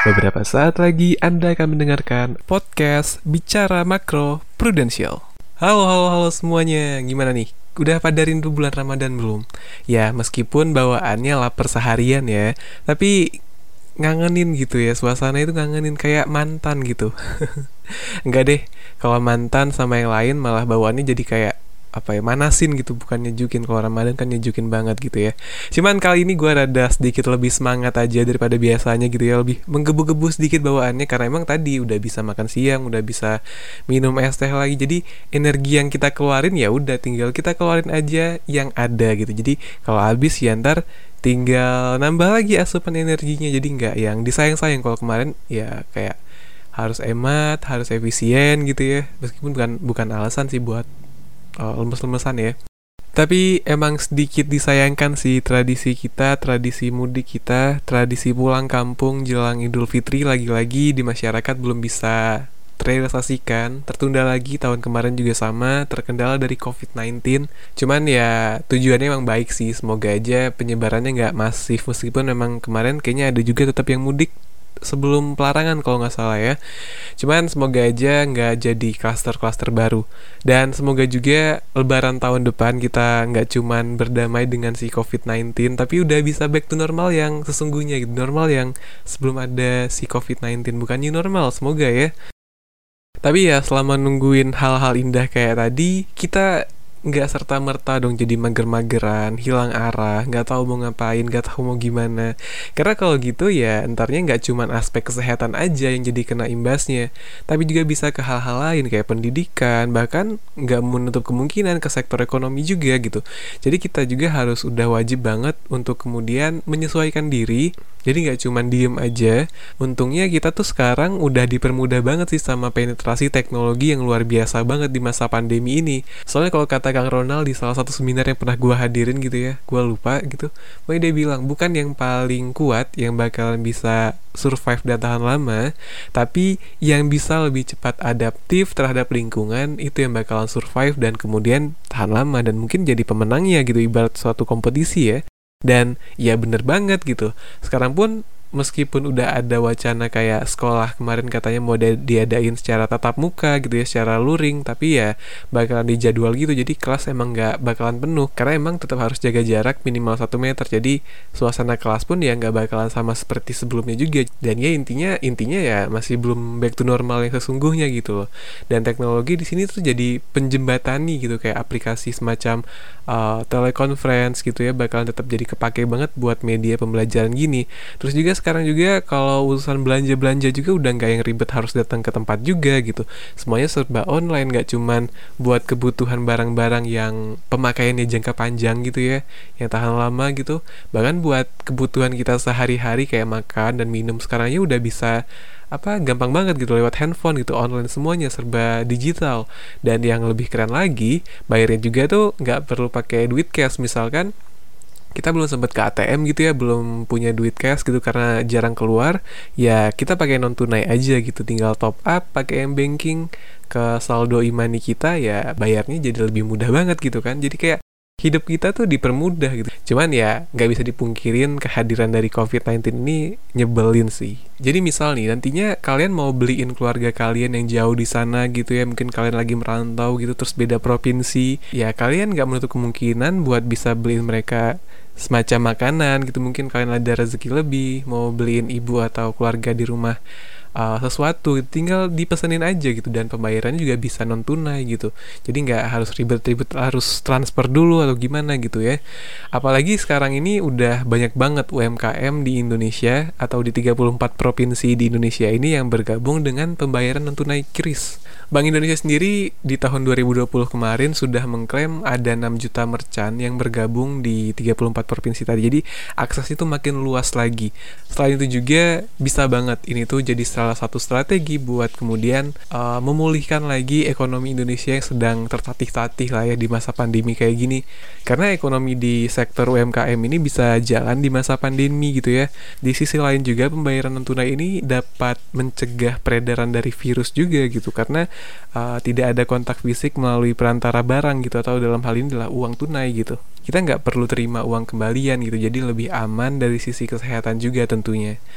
Beberapa saat lagi Anda akan mendengarkan podcast Bicara Makro Prudensial. Halo semuanya, gimana nih? Udah pada rindu bulan Ramadan belum? Ya, meskipun bawaannya lapar seharian ya, tapi ngangenin gitu ya, suasana itu ngangenin kayak mantan gitu. Enggak deh, kalau mantan sama yang lain malah bawaannya jadi kayak manasin gitu, bukan nyejukin. Kalau Ramadan kan nyejukin banget gitu ya. Cuman kali ini gue rada sedikit lebih semangat aja daripada biasanya gitu ya, lebih menggebu-gebu sedikit bawaannya karena emang tadi udah bisa makan siang, udah bisa minum es teh lagi. Jadi energi yang kita keluarin ya udah tinggal kita keluarin aja yang ada gitu. Jadi kalau habis ya ntar tinggal nambah lagi asupan energinya, jadi nggak yang disayang-sayang. Kalau kemarin ya kayak harus hemat, harus efisien gitu ya. Meskipun bukan alasan sih buat lemes-lemesan ya. Tapi emang sedikit disayangkan sih tradisi kita, tradisi mudik kita, tradisi pulang kampung jelang Idul Fitri lagi-lagi di masyarakat belum bisa terrealisasikan. Tertunda lagi, tahun kemarin juga sama, terkendala dari COVID-19. Cuman ya tujuannya emang baik sih, semoga aja penyebarannya nggak masif. Meskipun memang kemarin kayaknya ada juga tetap yang mudik sebelum pelarangan kalau nggak salah ya. Cuman semoga aja nggak jadi klaster-klaster baru. Dan semoga juga lebaran tahun depan kita nggak cuman berdamai dengan si COVID-19, tapi udah bisa back to normal yang sesungguhnya gitu. Normal yang sebelum ada si COVID-19, bukan new normal, semoga ya. Tapi ya selama nungguin hal-hal indah kayak tadi, kita nggak serta-merta dong jadi mager-mageran, hilang arah, nggak tahu mau ngapain, nggak tahu mau gimana. Karena kalau gitu ya entarnya nggak cuman aspek kesehatan aja yang jadi kena imbasnya, tapi juga bisa ke hal-hal lain kayak pendidikan, bahkan nggak menutup kemungkinan ke sektor ekonomi juga gitu. Jadi kita juga harus udah wajib banget untuk kemudian menyesuaikan diri. Jadi nggak cuman diem aja. Untungnya kita tuh sekarang udah dipermudah banget sih sama penetrasi teknologi yang luar biasa banget di masa pandemi ini. Soalnya kalau kata Kang Ronald di salah satu seminar yang pernah gue hadirin gitu ya, gue lupa gitu, pokoknya dia bilang bukan yang paling kuat yang bakalan bisa survive dan tahan lama, tapi yang bisa lebih cepat adaptif terhadap lingkungan itu yang bakalan survive dan kemudian tahan lama dan mungkin jadi pemenangnya gitu, ibarat suatu kompetisi ya. Dan ya bener banget gitu. Sekarang pun meskipun udah ada wacana kayak sekolah kemarin katanya mau diadain secara tatap muka gitu ya, secara luring, tapi ya bakalan dijadwal gitu, jadi kelas emang nggak bakalan penuh karena emang tetap harus jaga jarak minimal 1 meter. Jadi suasana kelas pun ya nggak bakalan sama seperti sebelumnya juga. Dan ya intinya ya masih belum back to normal yang sesungguhnya gitu loh. Dan teknologi di sini tuh jadi penjembatani gitu, kayak aplikasi semacam teleconference gitu ya, bakalan tetap jadi kepake banget buat media pembelajaran gini. Terus juga sekarang juga kalau urusan belanja juga udah nggak yang ribet harus datang ke tempat juga gitu. Semuanya serba online, nggak cuman buat kebutuhan barang-barang yang pemakaiannya jangka panjang gitu ya, yang tahan lama gitu. Bahkan buat kebutuhan kita sehari-hari kayak makan dan minum sekarangnya udah bisa gampang banget gitu lewat handphone gitu, online semuanya serba digital. Dan yang lebih keren lagi, bayarnya juga tuh nggak perlu pakai duit cash. Misalkan kita belum sempat ke ATM gitu ya, belum punya duit cash gitu karena jarang keluar, ya kita pakai non tunai aja gitu, tinggal top up pakai m-banking ke saldo e-money kita, ya bayarnya jadi lebih mudah banget gitu kan. Jadi kayak hidup kita tuh dipermudah gitu. Cuman ya nggak bisa dipungkirin kehadiran dari COVID-19 ini nyebelin sih. Jadi misal nih nantinya kalian mau beliin keluarga kalian yang jauh di sana gitu ya, mungkin kalian lagi merantau gitu terus beda provinsi, ya kalian nggak menutup kemungkinan buat bisa beliin mereka semacam makanan gitu. Mungkin kalian ada rezeki lebih mau beliin ibu atau keluarga di rumah sesuatu, tinggal dipesenin aja gitu, dan pembayarannya juga bisa non tunai gitu. Jadi nggak harus ribet-ribet harus transfer dulu atau gimana gitu ya. Apalagi sekarang ini udah banyak banget UMKM di Indonesia atau di 34 provinsi di Indonesia ini yang bergabung dengan pembayaran non tunai QRIS. Bank Indonesia sendiri di tahun 2020 kemarin sudah mengklaim ada 6 juta merchant yang bergabung di 34 provinsi tadi. Jadi akses itu makin luas lagi. Selain itu juga bisa banget ini tuh jadi salah satu strategi buat kemudian memulihkan lagi ekonomi Indonesia yang sedang tertatih-tatih lah ya di masa pandemi kayak gini. Karena ekonomi di sektor UMKM ini bisa jalan di masa pandemi gitu ya. Di sisi lain juga pembayaran non tunai ini dapat mencegah peredaran dari virus juga gitu, karena tidak ada kontak fisik melalui perantara barang gitu, atau dalam hal ini adalah uang tunai gitu. Kita nggak perlu terima uang kembalian gitu, jadi lebih aman dari sisi kesehatan juga tentunya.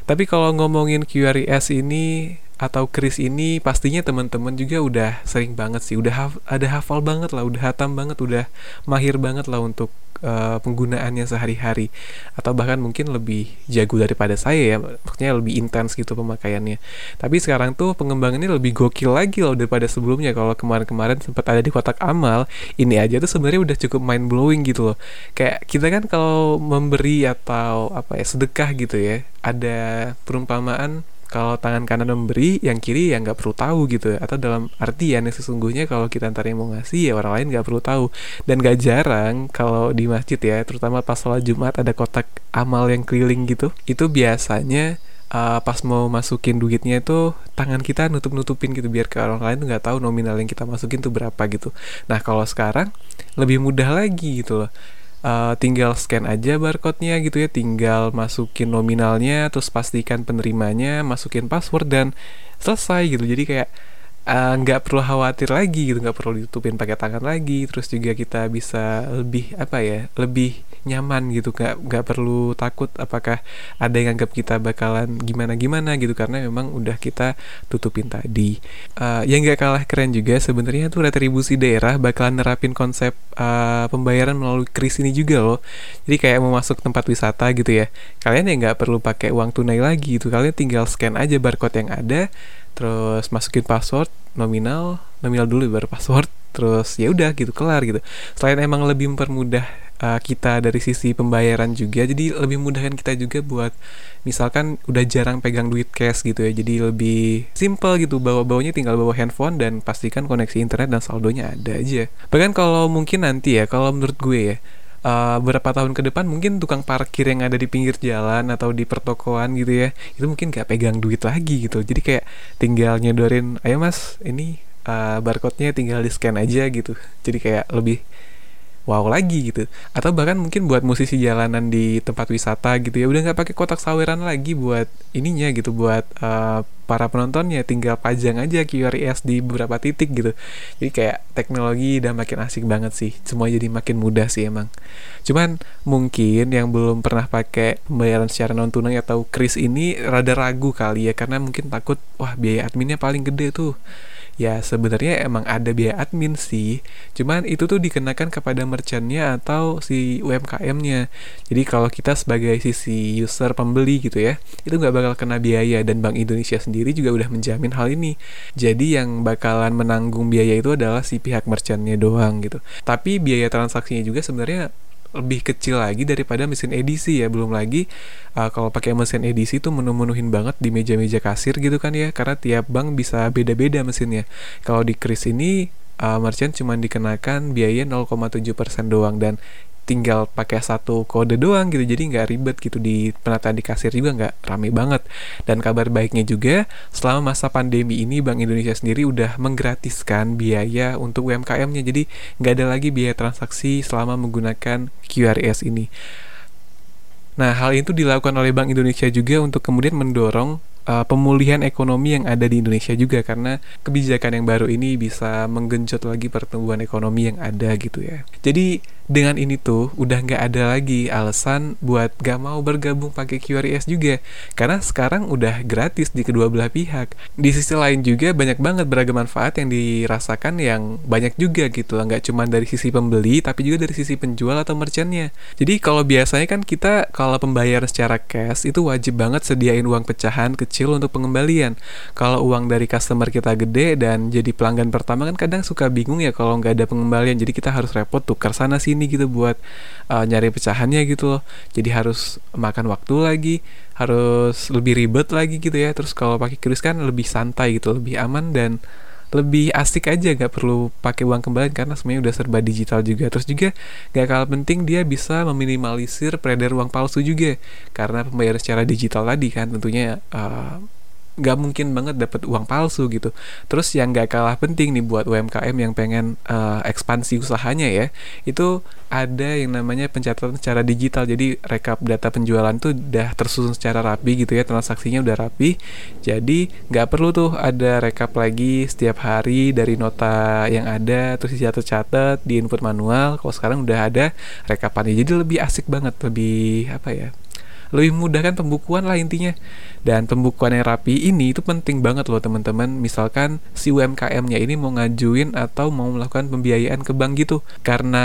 Tapi kalau ngomongin QRIS ini atau kris ini pastinya teman-teman juga udah sering banget sih, ada hafal banget lah, udah hatam banget, udah mahir banget lah untuk penggunaannya sehari-hari, atau bahkan mungkin lebih jago daripada saya ya, maksudnya lebih intens gitu pemakaiannya. Tapi sekarang tuh pengembangannya lebih gokil lagi loh daripada sebelumnya. Kalau kemarin-kemarin sempat ada di kotak amal, ini aja tuh sebenarnya udah cukup mind blowing gitu loh. Kayak kita kan kalau memberi atau apa ya, sedekah gitu ya, ada perumpamaan kalau tangan kanan memberi, yang kiri ya nggak perlu tahu gitu. Atau dalam artian yang sesungguhnya kalau kita ntar yang mau ngasih, ya orang lain nggak perlu tahu. Dan gak jarang kalau di masjid ya, terutama pas sholat Jumat ada kotak amal yang keliling gitu. Itu biasanya pas mau masukin duitnya itu tangan kita nutup-nutupin gitu biar ke orang lain tuh nggak tahu nominal yang kita masukin tuh berapa gitu. Nah kalau sekarang lebih mudah lagi gitu loh. Tinggal scan aja barcode-nya gitu ya, tinggal masukin nominalnya, terus pastikan penerimanya, masukin password dan selesai gitu. Jadi kayak nggak perlu khawatir lagi gitu, nggak perlu ditutupin pakai tangan lagi. Terus juga kita bisa lebih apa ya, lebih nyaman gitu, nggak perlu takut apakah ada yang anggap kita bakalan gimana gitu, karena memang udah kita tutupin tadi. Yang nggak kalah keren juga sebenarnya tuh retribusi daerah bakalan nerapin konsep pembayaran melalui kris ini juga loh. Jadi kayak mau masuk tempat wisata gitu ya, kalian ya nggak perlu pakai uang tunai lagi gitu, kalian tinggal scan aja barcode yang ada, terus masukin password, nominal dulu baru password, terus ya udah gitu, kelar gitu. Selain emang lebih mempermudah kita dari sisi pembayaran juga, jadi lebih mudahkan kita juga buat misalkan udah jarang pegang duit cash gitu ya, jadi lebih simple gitu, bawanya tinggal bawa handphone dan pastikan koneksi internet dan saldonya ada aja. Bahkan kalau mungkin nanti ya, kalau menurut gue ya, beberapa tahun ke depan mungkin tukang parkir yang ada di pinggir jalan atau di pertokoan gitu ya, itu mungkin gak pegang duit lagi gitu. Jadi kayak tinggal nyodorin, ayo mas ini barcode-nya tinggal di scan aja gitu. Jadi kayak lebih wow lagi gitu. Atau bahkan mungkin buat musisi jalanan di tempat wisata gitu ya, udah nggak pakai kotak saweran lagi buat ininya gitu, buat para penontonnya tinggal pajang aja QRIS di beberapa titik gitu. Jadi kayak teknologi udah makin asik banget sih, semua jadi makin mudah sih emang. Cuman mungkin yang belum pernah pakai pembayaran secara non tunai atau kris ini rada ragu kali ya, karena mungkin takut wah biaya adminnya paling gede tuh. Ya sebenarnya emang ada biaya admin sih, cuman itu tuh dikenakan kepada merchantnya atau si UMKM-nya. Jadi kalau kita sebagai sisi user pembeli gitu ya, itu nggak bakal kena biaya, dan Bank Indonesia sendiri juga udah menjamin hal ini. Jadi yang bakalan menanggung biaya itu adalah si pihak merchantnya doang gitu. Tapi biaya transaksinya juga sebenarnya lebih kecil lagi daripada mesin edisi ya. Belum lagi kalau pakai mesin edisi tuh menu-menuhin banget di meja-meja kasir gitu kan ya, karena tiap bank bisa beda-beda mesinnya. Kalau di kris ini merchant cuma dikenakan biaya 0,7% doang, dan tinggal pakai satu kode doang gitu, jadi nggak ribet gitu, di penataan di kasir juga nggak rame banget. Dan kabar baiknya juga, selama masa pandemi ini Bank Indonesia sendiri udah menggratiskan biaya untuk UMKM-nya, jadi nggak ada lagi biaya transaksi selama menggunakan QRIS ini. Nah, hal itu dilakukan oleh Bank Indonesia juga untuk kemudian mendorong pemulihan ekonomi yang ada di Indonesia juga, karena kebijakan yang baru ini bisa menggenjot lagi pertumbuhan ekonomi yang ada gitu ya. Jadi dengan ini tuh udah nggak ada lagi alasan buat gak mau bergabung pakai QRIS juga, karena sekarang udah gratis di kedua belah pihak. Di sisi lain juga banyak banget beragam manfaat yang dirasakan, yang banyak juga gitu lah, nggak cuma dari sisi pembeli tapi juga dari sisi penjual atau merchantnya. Jadi kalau biasanya kan kita kalau pembayaran secara cash itu wajib banget sediain uang pecahan kecil untuk pengembalian. Kalau uang dari customer kita gede dan jadi pelanggan pertama kan kadang suka bingung ya kalau nggak ada pengembalian, jadi kita harus repot tukar sana sini gitu buat nyari pecahannya gitu loh. Jadi harus makan waktu lagi, harus lebih ribet lagi gitu ya. Terus kalau pakai kris kan lebih santai gitu, lebih aman dan lebih asik aja, gak perlu pakai uang kembalian karena semuanya udah serba digital juga. Terus juga gak kalah penting, dia bisa meminimalisir peredaran uang palsu juga, karena pembayaran secara digital tadi kan tentunya gak mungkin banget dapat uang palsu gitu. Terus yang gak kalah penting nih buat UMKM yang pengen ekspansi usahanya ya, itu ada yang namanya pencatatan secara digital. Jadi rekap data penjualan tuh udah tersusun secara rapi gitu ya, transaksinya udah rapi. Jadi gak perlu tuh ada rekap lagi setiap hari dari nota yang ada terus dicatat-catat di input manual. Kalau sekarang udah ada rekapannya, jadi lebih asik banget, lebih apa ya, lebih memudahkan pembukuan lah intinya. Dan pembukuan yang rapi ini itu penting banget loh teman-teman. Misalkan si UMKM-nya ini mau ngajuin atau mau melakukan pembiayaan ke bank gitu. Karena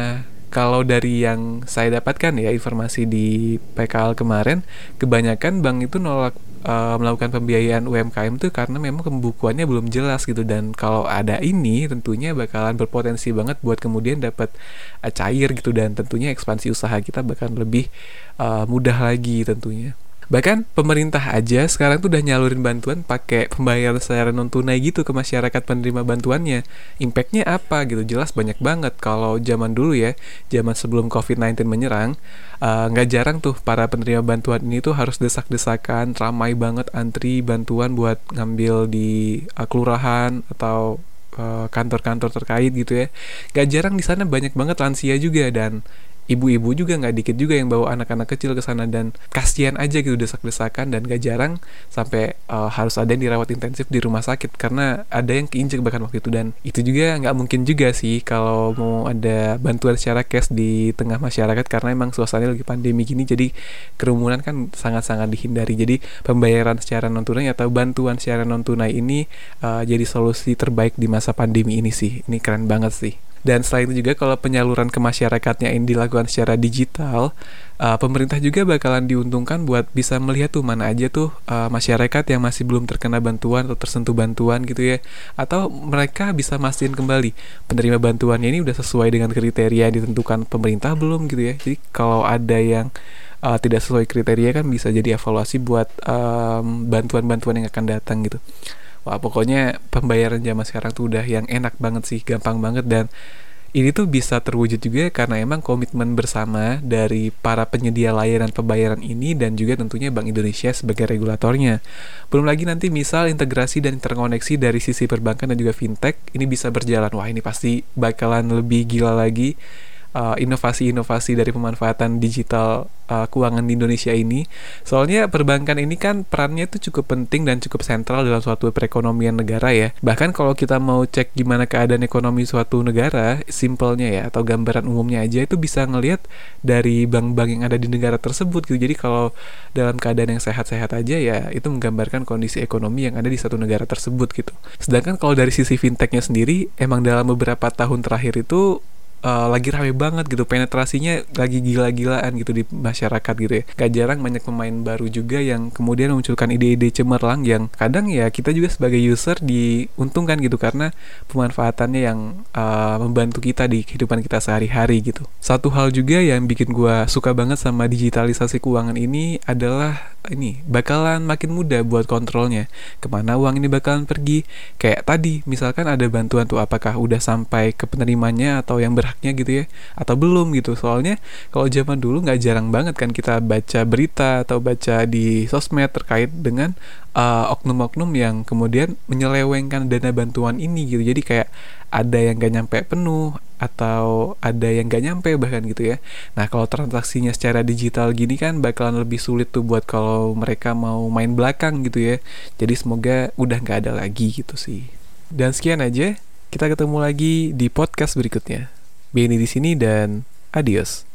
kalau dari yang saya dapatkan ya informasi di PKL kemarin, kebanyakan bank itu nolak melakukan pembiayaan UMKM itu karena memang pembukuannya belum jelas gitu. Dan kalau ada ini tentunya bakalan berpotensi banget buat kemudian dapat cair gitu, dan tentunya ekspansi usaha kita bakal lebih mudah lagi tentunya. Bahkan pemerintah aja sekarang tuh udah nyalurin bantuan pakai pembayaran secara non tunai gitu ke masyarakat penerima bantuannya. Impactnya apa gitu? Jelas banyak banget. Kalau zaman dulu ya, zaman sebelum COVID-19 menyerang, nggak jarang tuh para penerima bantuan ini tuh harus desak-desakan, ramai banget antri bantuan buat ngambil di kelurahan atau kantor-kantor terkait gitu ya. Gak jarang di sana banyak banget lansia juga, dan ibu-ibu juga nggak dikit juga yang bawa anak-anak kecil ke sana, dan kasihan aja gitu desak-desakan. Dan gak jarang sampai harus ada yang dirawat intensif di rumah sakit karena ada yang keinjek bahkan waktu itu. Dan itu juga nggak mungkin juga sih kalau mau ada bantuan secara cash di tengah masyarakat, karena emang suasananya lagi pandemi gini, jadi kerumunan kan sangat-sangat dihindari. Jadi pembayaran secara non tunai atau bantuan secara non tunai ini jadi solusi terbaik di masa pandemi ini sih. Ini keren banget sih. Dan selain itu juga kalau penyaluran ke masyarakatnya ini dilakukan secara digital, pemerintah juga bakalan diuntungkan buat bisa melihat tuh mana aja tuh masyarakat yang masih belum terkena bantuan atau tersentuh bantuan gitu ya. Atau mereka bisa mastiin kembali penerima bantuannya ini udah sesuai dengan kriteria yang ditentukan pemerintah belum gitu ya. Jadi kalau ada yang tidak sesuai kriteria kan bisa jadi evaluasi buat bantuan-bantuan yang akan datang gitu. Wah, pokoknya pembayaran zaman sekarang tuh udah yang enak banget sih, gampang banget. Dan ini tuh bisa terwujud juga karena emang komitmen bersama dari para penyedia layanan pembayaran ini dan juga tentunya Bank Indonesia sebagai regulatornya. Belum lagi nanti misal integrasi dan terkoneksi dari sisi perbankan dan juga fintech ini bisa berjalan. Wah, ini pasti bakalan lebih gila lagi inovasi-inovasi dari pemanfaatan digital keuangan di Indonesia ini. Soalnya perbankan ini kan perannya itu cukup penting dan cukup sentral dalam suatu perekonomian negara ya. Bahkan kalau kita mau cek gimana keadaan ekonomi suatu negara, simpelnya ya atau gambaran umumnya aja itu bisa ngelihat dari bank-bank yang ada di negara tersebut gitu. Jadi kalau dalam keadaan yang sehat-sehat aja ya itu menggambarkan kondisi ekonomi yang ada di satu negara tersebut gitu. Sedangkan kalau dari sisi fintechnya sendiri, emang dalam beberapa tahun terakhir itu lagi rame banget gitu, penetrasinya lagi gila-gilaan gitu di masyarakat gitu ya. Gak jarang banyak pemain baru juga yang kemudian memunculkan ide-ide cemerlang yang kadang ya kita juga sebagai user diuntungkan gitu karena pemanfaatannya yang membantu kita di kehidupan kita sehari-hari gitu. Satu hal juga yang bikin gue suka banget sama digitalisasi keuangan ini adalah ini bakalan makin mudah buat kontrolnya, kemana uang ini bakalan pergi. Kayak tadi misalkan ada bantuan tuh, apakah udah sampai ke penerimanya atau yang berhaknya gitu ya, atau belum gitu. Soalnya kalau zaman dulu nggak jarang banget kan kita baca berita atau baca di sosmed terkait dengan oknum-oknum yang kemudian menyelewengkan dana bantuan ini gitu. Jadi kayak ada yang gak nyampe penuh atau ada yang gak nyampe bahkan gitu ya. Nah kalau transaksinya secara digital gini kan bakalan lebih sulit tuh buat kalau mereka mau main belakang gitu ya. Jadi semoga udah gak ada lagi gitu sih. Dan sekian aja, kita ketemu lagi di podcast berikutnya. Beni di sini dan adios.